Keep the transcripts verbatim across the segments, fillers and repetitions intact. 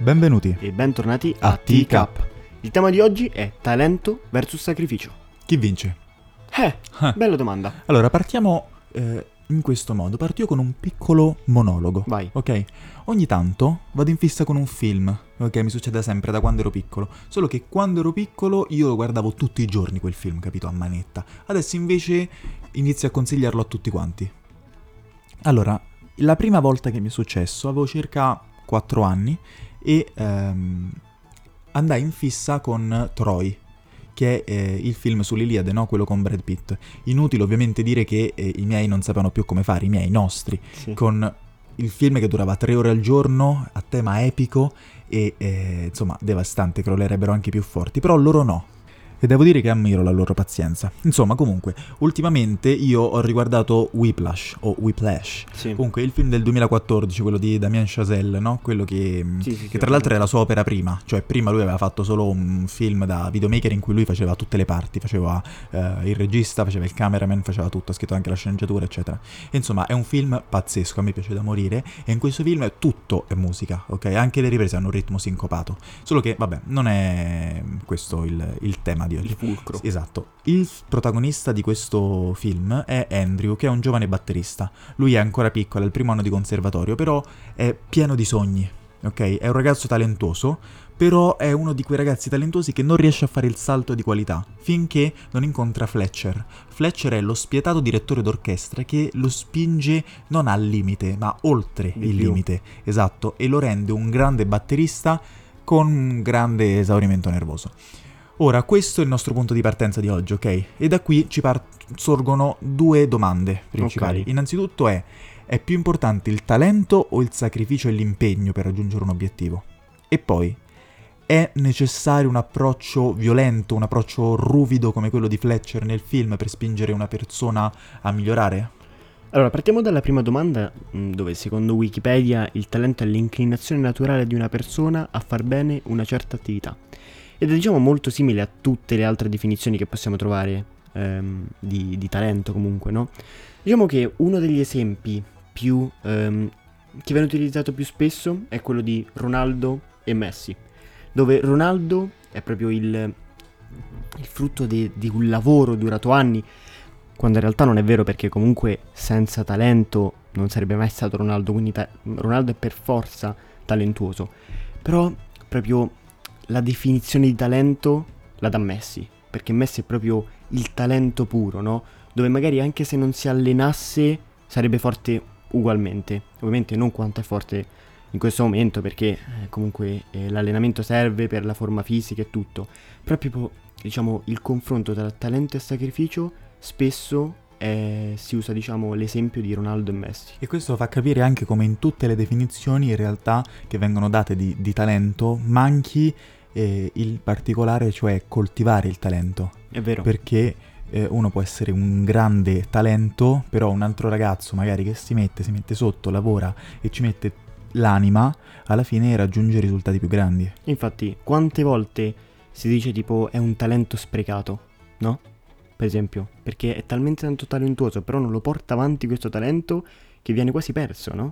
benvenuti e bentornati a a T-Cup. T-Cup. Il tema di oggi è talento versus sacrificio. Chi vince? Eh, Ah. bella domanda. Allora, partiamo eh, in questo modo. Parto io con un piccolo monologo. Vai. Ok? Ogni tanto vado in fissa con un film, ok? Mi succede sempre da quando ero piccolo. Solo che quando ero piccolo io lo guardavo tutti i giorni quel film, capito? A manetta. Adesso invece inizio a consigliarlo a tutti quanti. Allora, la prima volta che mi è successo avevo circa quattro anni e ehm, andai in fissa con Troy, che è eh, il film sull'Iliade, no? Quello con Brad Pitt. Inutile ovviamente dire che eh, i miei non sapevano più come fare, i miei, i nostri, Sì. con il film che durava tre ore al giorno, a tema epico e eh, insomma devastante, crollerebbero anche i più forti, però loro no. E devo dire che ammiro la loro pazienza. Insomma, comunque, ultimamente io ho riguardato Whiplash, o Whiplash. Sì. Comunque, il film del duemilaquattordici, quello di Damien Chazelle, no? Quello che, Sì, sì, che sì, tra l'altro ovviamente. è la sua opera prima. Cioè, prima lui aveva fatto solo un film da videomaker in cui lui faceva tutte le parti. Faceva eh, il regista, faceva il cameraman, faceva tutto, ha scritto anche la sceneggiatura, eccetera. E, insomma, è un film pazzesco, a me piace da morire. E in questo film tutto è musica, ok? Anche le riprese hanno un ritmo sincopato. Solo che, vabbè, non è questo il, il tema di oggi. Il fulcro. Esatto. Il protagonista di questo film è Andrew, che è un giovane batterista. Lui è ancora piccolo, è il primo anno di conservatorio, però è pieno di sogni, ok? È un ragazzo talentuoso, però è uno di quei ragazzi talentuosi che non riesce a fare il salto di qualità, finché non incontra Fletcher. Fletcher è lo spietato direttore d'orchestra che lo spinge non al limite, ma oltre Di il più. limite, esatto, e lo rende un grande batterista con un grande esaurimento nervoso. Ora, questo è il nostro punto di partenza di oggi, ok? E da qui ci par- sorgono due domande principali. Ok. Innanzitutto è, è più importante il talento o il sacrificio e l'impegno per raggiungere un obiettivo? E poi, è necessario un approccio violento, un approccio ruvido come quello di Fletcher nel film per spingere una persona a migliorare? Allora, partiamo dalla prima domanda, mh, dove secondo Wikipedia il talento è l'inclinazione naturale di una persona a far bene una certa attività. Ed è diciamo molto simile a tutte le altre definizioni che possiamo trovare ehm, di, di talento comunque, no? Diciamo che uno degli esempi più ehm, che viene utilizzato più spesso è quello di Ronaldo e Messi, dove Ronaldo è proprio il, il frutto de- di un lavoro durato anni, quando in realtà non è vero, perché comunque senza talento non sarebbe mai stato Ronaldo, quindi ta- Ronaldo è per forza talentuoso, però proprio la definizione di talento la dà Messi, perché Messi è proprio il talento puro, no? Dove magari anche se non si allenasse sarebbe forte ugualmente. Ovviamente non quanto è forte in questo momento, perché eh, comunque eh, l'allenamento serve per la forma fisica e tutto. Però proprio, diciamo, il confronto tra talento e sacrificio spesso eh, si usa, diciamo, l'esempio di Ronaldo e Messi. E questo fa capire anche come in tutte le definizioni in realtà che vengono date di, di talento manchi eh, il particolare, cioè coltivare il talento. È vero. Perché eh, uno può essere un grande talento, però un altro ragazzo magari che si mette, si mette sotto, lavora e ci mette l'anima, alla fine raggiunge risultati più grandi. Infatti, quante volte si dice tipo è un talento sprecato, no? Per esempio, perché è talmente tanto talentuoso, però non lo porta avanti questo talento che viene quasi perso, no?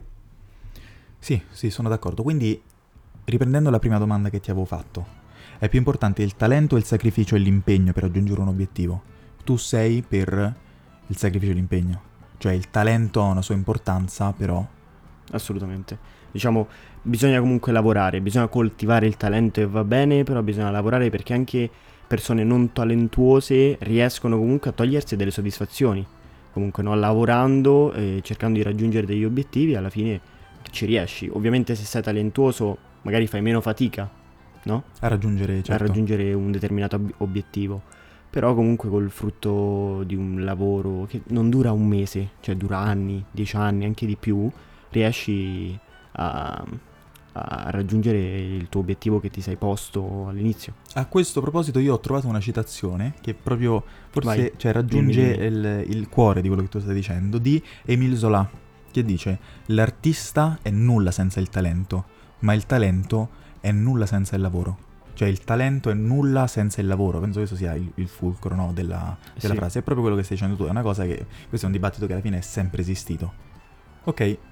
Sì, sì, sono d'accordo. Quindi, riprendendo la prima domanda che ti avevo fatto, è più importante il talento, il sacrificio e l'impegno per raggiungere un obiettivo? Tu sei per il sacrificio e l'impegno. Cioè il talento ha una sua importanza, però... Assolutamente. Diciamo, bisogna comunque lavorare, bisogna coltivare il talento e va bene, però bisogna lavorare perché anche persone non talentuose riescono comunque a togliersi delle soddisfazioni. Comunque, no? Lavorando e cercando di raggiungere degli obiettivi, alla fine ci riesci. Ovviamente se sei talentuoso magari fai meno fatica, no? A raggiungere, certo. A raggiungere un determinato ob- obiettivo. Però comunque col frutto di un lavoro che non dura un mese, cioè dura anni, dieci anni, anche di più, riesci a, a raggiungere il tuo obiettivo che ti sei posto all'inizio. A questo proposito io ho trovato una citazione che proprio forse Vai, cioè, raggiunge dimmi, il, il cuore di quello che tu stai dicendo, di Émile Zola, che dice: l'artista è nulla senza il talento, ma il talento è nulla senza il lavoro. Cioè il talento è nulla senza il lavoro. Penso che questo sia il, il fulcro, no, della, della Sì. frase. È proprio quello che stai dicendo tu. È una cosa che... Questo è un dibattito che alla fine è sempre esistito. Ok,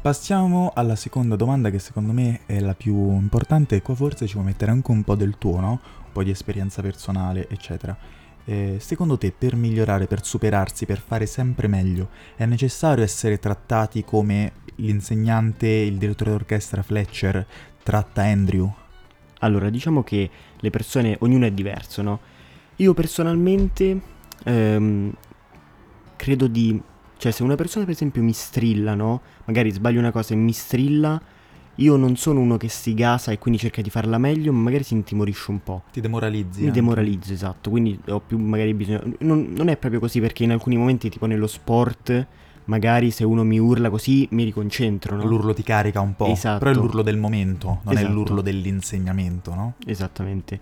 passiamo alla seconda domanda, che secondo me è la più importante, e qua forse ci può mettere anche un po' del tuo, no? Un po' di esperienza personale, eccetera. Eh, secondo te, per migliorare, per superarsi, per fare sempre meglio, è necessario essere trattati come l'insegnante, il direttore d'orchestra Fletcher tratta Andrew? Allora, diciamo che le persone, ognuno è diverso, no? Io personalmente ehm, credo di... Cioè, se una persona per esempio mi strilla, no? Magari sbaglio una cosa e mi strilla, io non sono uno che si gasa e quindi cerca di farla meglio, ma magari si intimorisce un po'. Ti demoralizzi? Mi anche. demoralizzo, esatto, quindi ho più magari bisogno... Non, non è proprio così, perché in alcuni momenti, tipo nello sport, magari se uno mi urla così mi riconcentro, no? L'urlo ti carica un po', Esatto. però è l'urlo del momento, non Esatto. è l'urlo dell'insegnamento, no? Esattamente.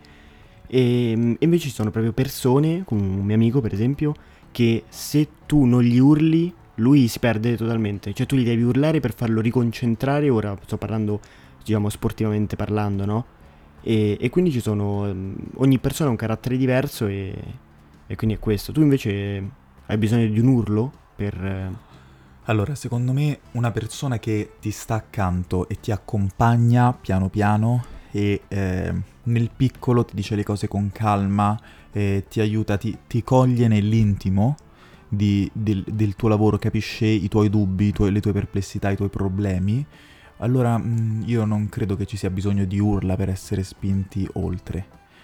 E e invece ci sono proprio persone, come un mio amico per esempio, che se tu non gli urli, lui si perde totalmente. Cioè tu gli devi urlare per farlo riconcentrare, ora sto parlando, diciamo, sportivamente parlando, no? E, e quindi ci sono... ehm, ogni persona ha un carattere diverso e, e quindi è questo. Tu invece hai bisogno di un urlo per... eh, Allora, secondo me una persona che ti sta accanto e ti accompagna piano piano e eh, nel piccolo ti dice le cose con calma, eh, ti aiuta, ti, ti coglie nell'intimo di- del, del tuo lavoro, capisce i tuoi dubbi, i tuoi- le tue perplessità, i tuoi problemi, allora mh, io non credo che ci sia bisogno di urla per essere spinti oltre.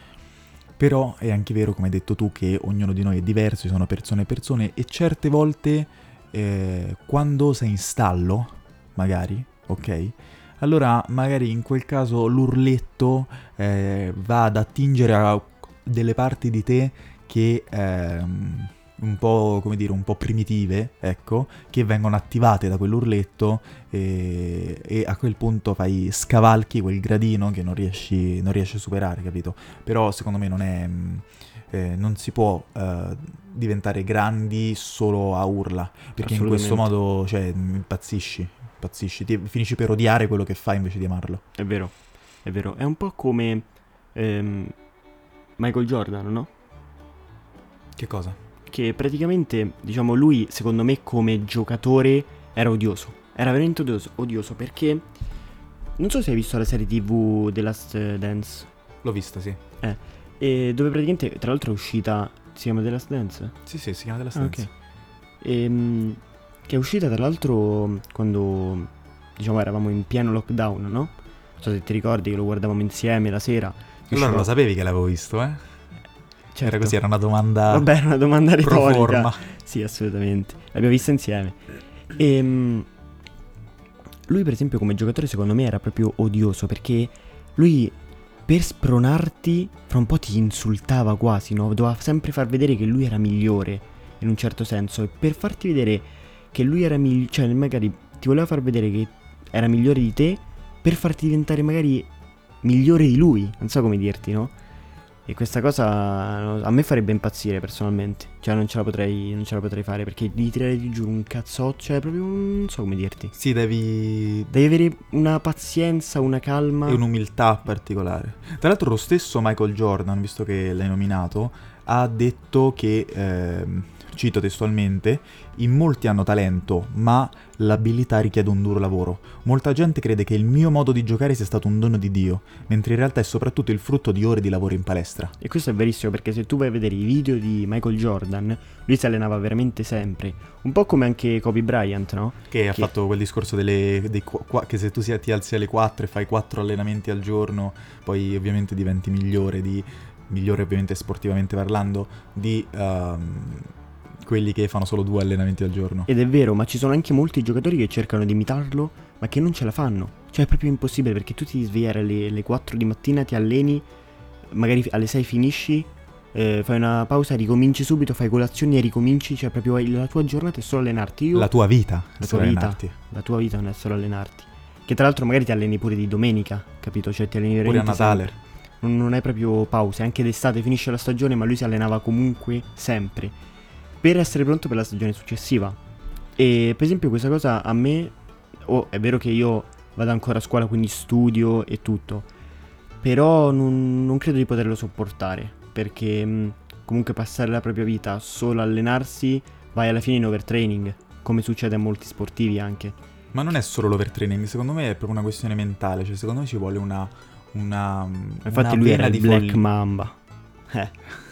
Però è anche vero, come hai detto tu, che ognuno di noi è diverso, ci sono persone e persone, e certe volte eh, quando sei in stallo, magari, ok? Allora magari in quel caso l'urletto eh, va ad attingere a delle parti di te che ehm, un po', come dire, un po' primitive, ecco, che vengono attivate da quell'urletto e, e a quel punto fai scavalchi quel gradino che non riesci, non riesci a superare, capito? Però secondo me non è... mh, eh, non si può eh, diventare grandi solo a urla, perché in questo Assolutamente. modo, cioè, mh, impazzisci, impazzisci, ti, finisci per odiare quello che fai invece di amarlo. È vero, è vero. È un po' come ehm, Michael Jordan, no? Che cosa? Che praticamente, diciamo, lui, secondo me, come giocatore era odioso. Era veramente odioso, odioso perché... Non so se hai visto la serie tivù The Last Dance. L'ho vista, sì. E dove praticamente, tra l'altro è uscita... Si chiama The Last Dance? Sì, sì, si chiama della Ah, ok. Ehm, che è uscita tra l'altro quando, diciamo, eravamo in pieno lockdown, no? Non so se ti ricordi che lo guardavamo insieme la sera. che Allora usciva- lo sapevi che l'avevo visto, eh? Certo. Era così, era una domanda Vabbè, era una domanda pro retorica. forma. Sì, assolutamente. L'abbiamo vista insieme. E lui, per esempio, come giocatore, secondo me era proprio odioso perché lui, per spronarti, fra un po' ti insultava quasi, no? Doveva sempre far vedere che lui era migliore, in un certo senso. E per farti vedere che lui era migliore, cioè magari ti voleva far vedere che era migliore di te, per farti diventare magari migliore di lui. Non so come dirti, no? E questa cosa no, a me farebbe impazzire personalmente. Cioè non ce la potrei, non ce la potrei fare perché di tirare di giù un cazzotto, cioè proprio non so come dirti. Sì, devi... Devi avere una pazienza, una calma. e un'umiltà particolare. Tra l'altro lo stesso Michael Jordan, visto che l'hai nominato, ha detto che, ehm, cito testualmente, in molti hanno talento, ma l'abilità richiede un duro lavoro. Molta gente crede che il mio modo di giocare sia stato un dono di Dio, mentre in realtà è soprattutto il frutto di ore di lavoro in palestra. E questo è verissimo perché se tu vai a vedere i video di Michael Jordan, lui si allenava veramente sempre. Un po' come anche Kobe Bryant, no? Che ha Che- fatto quel discorso delle, dei qua- qua- che se tu si- ti alzi alle quattro e fai quattro allenamenti al giorno, poi ovviamente diventi migliore di... migliore ovviamente sportivamente parlando, di ehm, quelli che fanno solo due allenamenti al giorno. Ed è vero, ma ci sono anche molti giocatori che cercano di imitarlo, ma che non ce la fanno. Cioè è proprio impossibile perché tu ti devi svegliare alle, alle quattro di mattina, ti alleni, magari fi- alle sei finisci, eh, fai una pausa, ricominci subito, fai colazione e ricominci, cioè proprio la tua giornata è solo allenarti. Io, La tua vita, la solo tua vita, allenarti. la tua vita non è solo allenarti. Che tra l'altro magari ti alleni pure di domenica, capito? Cioè ti alleni Pure a veramente Natale. sempre. Non, non hai proprio pause, anche d'estate finisce la stagione, ma lui si allenava comunque sempre per essere pronto per la stagione successiva. E per esempio questa cosa a me, oh, è vero che io vado ancora a scuola, quindi studio e tutto, però non, non credo di poterlo sopportare, perché mh, comunque passare la propria vita solo a allenarsi, vai alla fine in overtraining, come succede a molti sportivi anche. Ma non è solo l'overtraining, secondo me è proprio una questione mentale, cioè secondo me ci vuole una una Infatti una lui era vena il di Black follia. Mamba. Eh.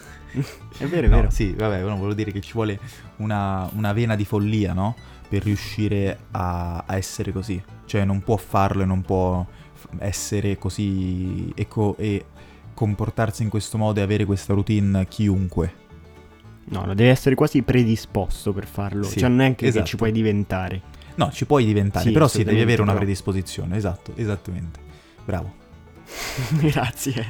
È vero, è No, vero. sì, vabbè, no, volevo dire che ci vuole una, una vena di follia, no? Per riuscire a, a essere così. Cioè non può farlo e non può f- essere così e, co- e comportarsi in questo modo e avere questa routine chiunque. No, no, deve essere quasi predisposto per farlo. Sì, Cioè non è anche esatto. che ci puoi diventare. No, ci puoi diventare, Sì, però sì, devi assolutamente, avere una però. predisposizione, esatto, esattamente. Bravo. Grazie.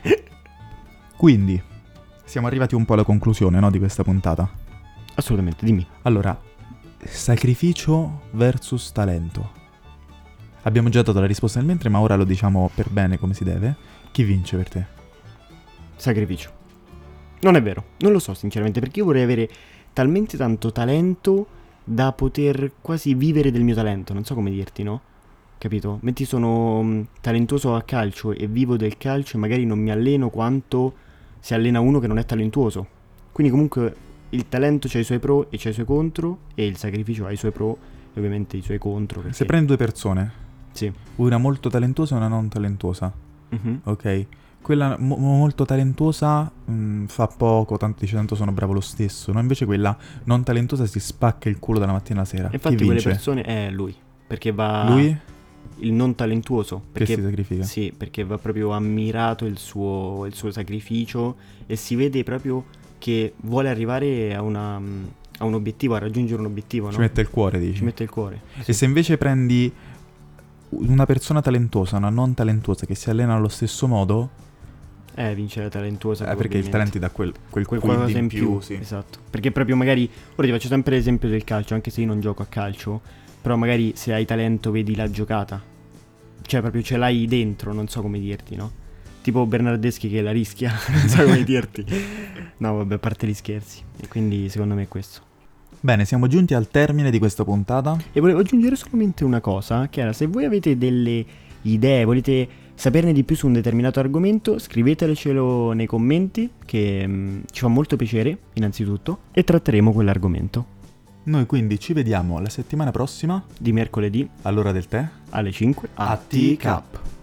Quindi, siamo arrivati un po' alla conclusione, no, di questa puntata. Assolutamente, dimmi. Allora, sacrificio versus talento. Abbiamo già dato la risposta nel mentre, ma ora lo diciamo per bene come si deve. Chi vince per te? Sacrificio. Non è vero, non lo so sinceramente, perché io vorrei avere talmente tanto talento da poter quasi vivere del mio talento, non so come dirti, no? Capito? Metti sono mh, talentuoso a calcio e vivo del calcio e magari non mi alleno quanto si allena uno che non è talentuoso. Quindi comunque il talento c'ha i suoi pro e c'ha i suoi contro e il sacrificio ha i suoi pro e ovviamente i suoi contro. Perché... Se prendi due persone, Sì. una molto talentuosa e una non talentuosa, Mhm. ok? Quella mo- molto talentuosa mh, fa poco, tanto dice tanto sono bravo lo stesso, no? Invece quella non talentuosa si spacca il culo dalla mattina alla sera. E infatti Chi quelle vince? persone è lui, perché va Lui il non talentuoso, che perché si sacrifica. sì, perché va proprio ammirato il suo, il suo sacrificio e si vede proprio che vuole arrivare a, una, a un obiettivo, a raggiungere un obiettivo, Ci no? mette il cuore, dici. Ci mette il cuore. E se invece prendi una persona talentuosa, una non talentuosa che si allena allo stesso modo, Eh, vince la talentuosa. eh, perché il talento ti dà quel, quel quel quid qualcosa in più, sì. esatto. Perché proprio magari, ora ti faccio sempre l'esempio del calcio, anche se io non gioco a calcio, però magari se hai talento vedi la giocata, cioè proprio ce l'hai dentro, non so come dirti, no? Tipo Bernardeschi che la rischia, non so come dirti. No, vabbè, a parte gli scherzi. E quindi secondo me è questo. Bene, siamo giunti al termine di questa puntata. E volevo aggiungere solamente una cosa, che era se voi avete delle idee, volete saperne di più su un determinato argomento, scrivetecelo nei commenti, che mh, ci fa molto piacere, innanzitutto, e tratteremo quell'argomento. Noi quindi ci vediamo la settimana prossima, Di mercoledì all'ora del tè, alle cinque a T-Cup.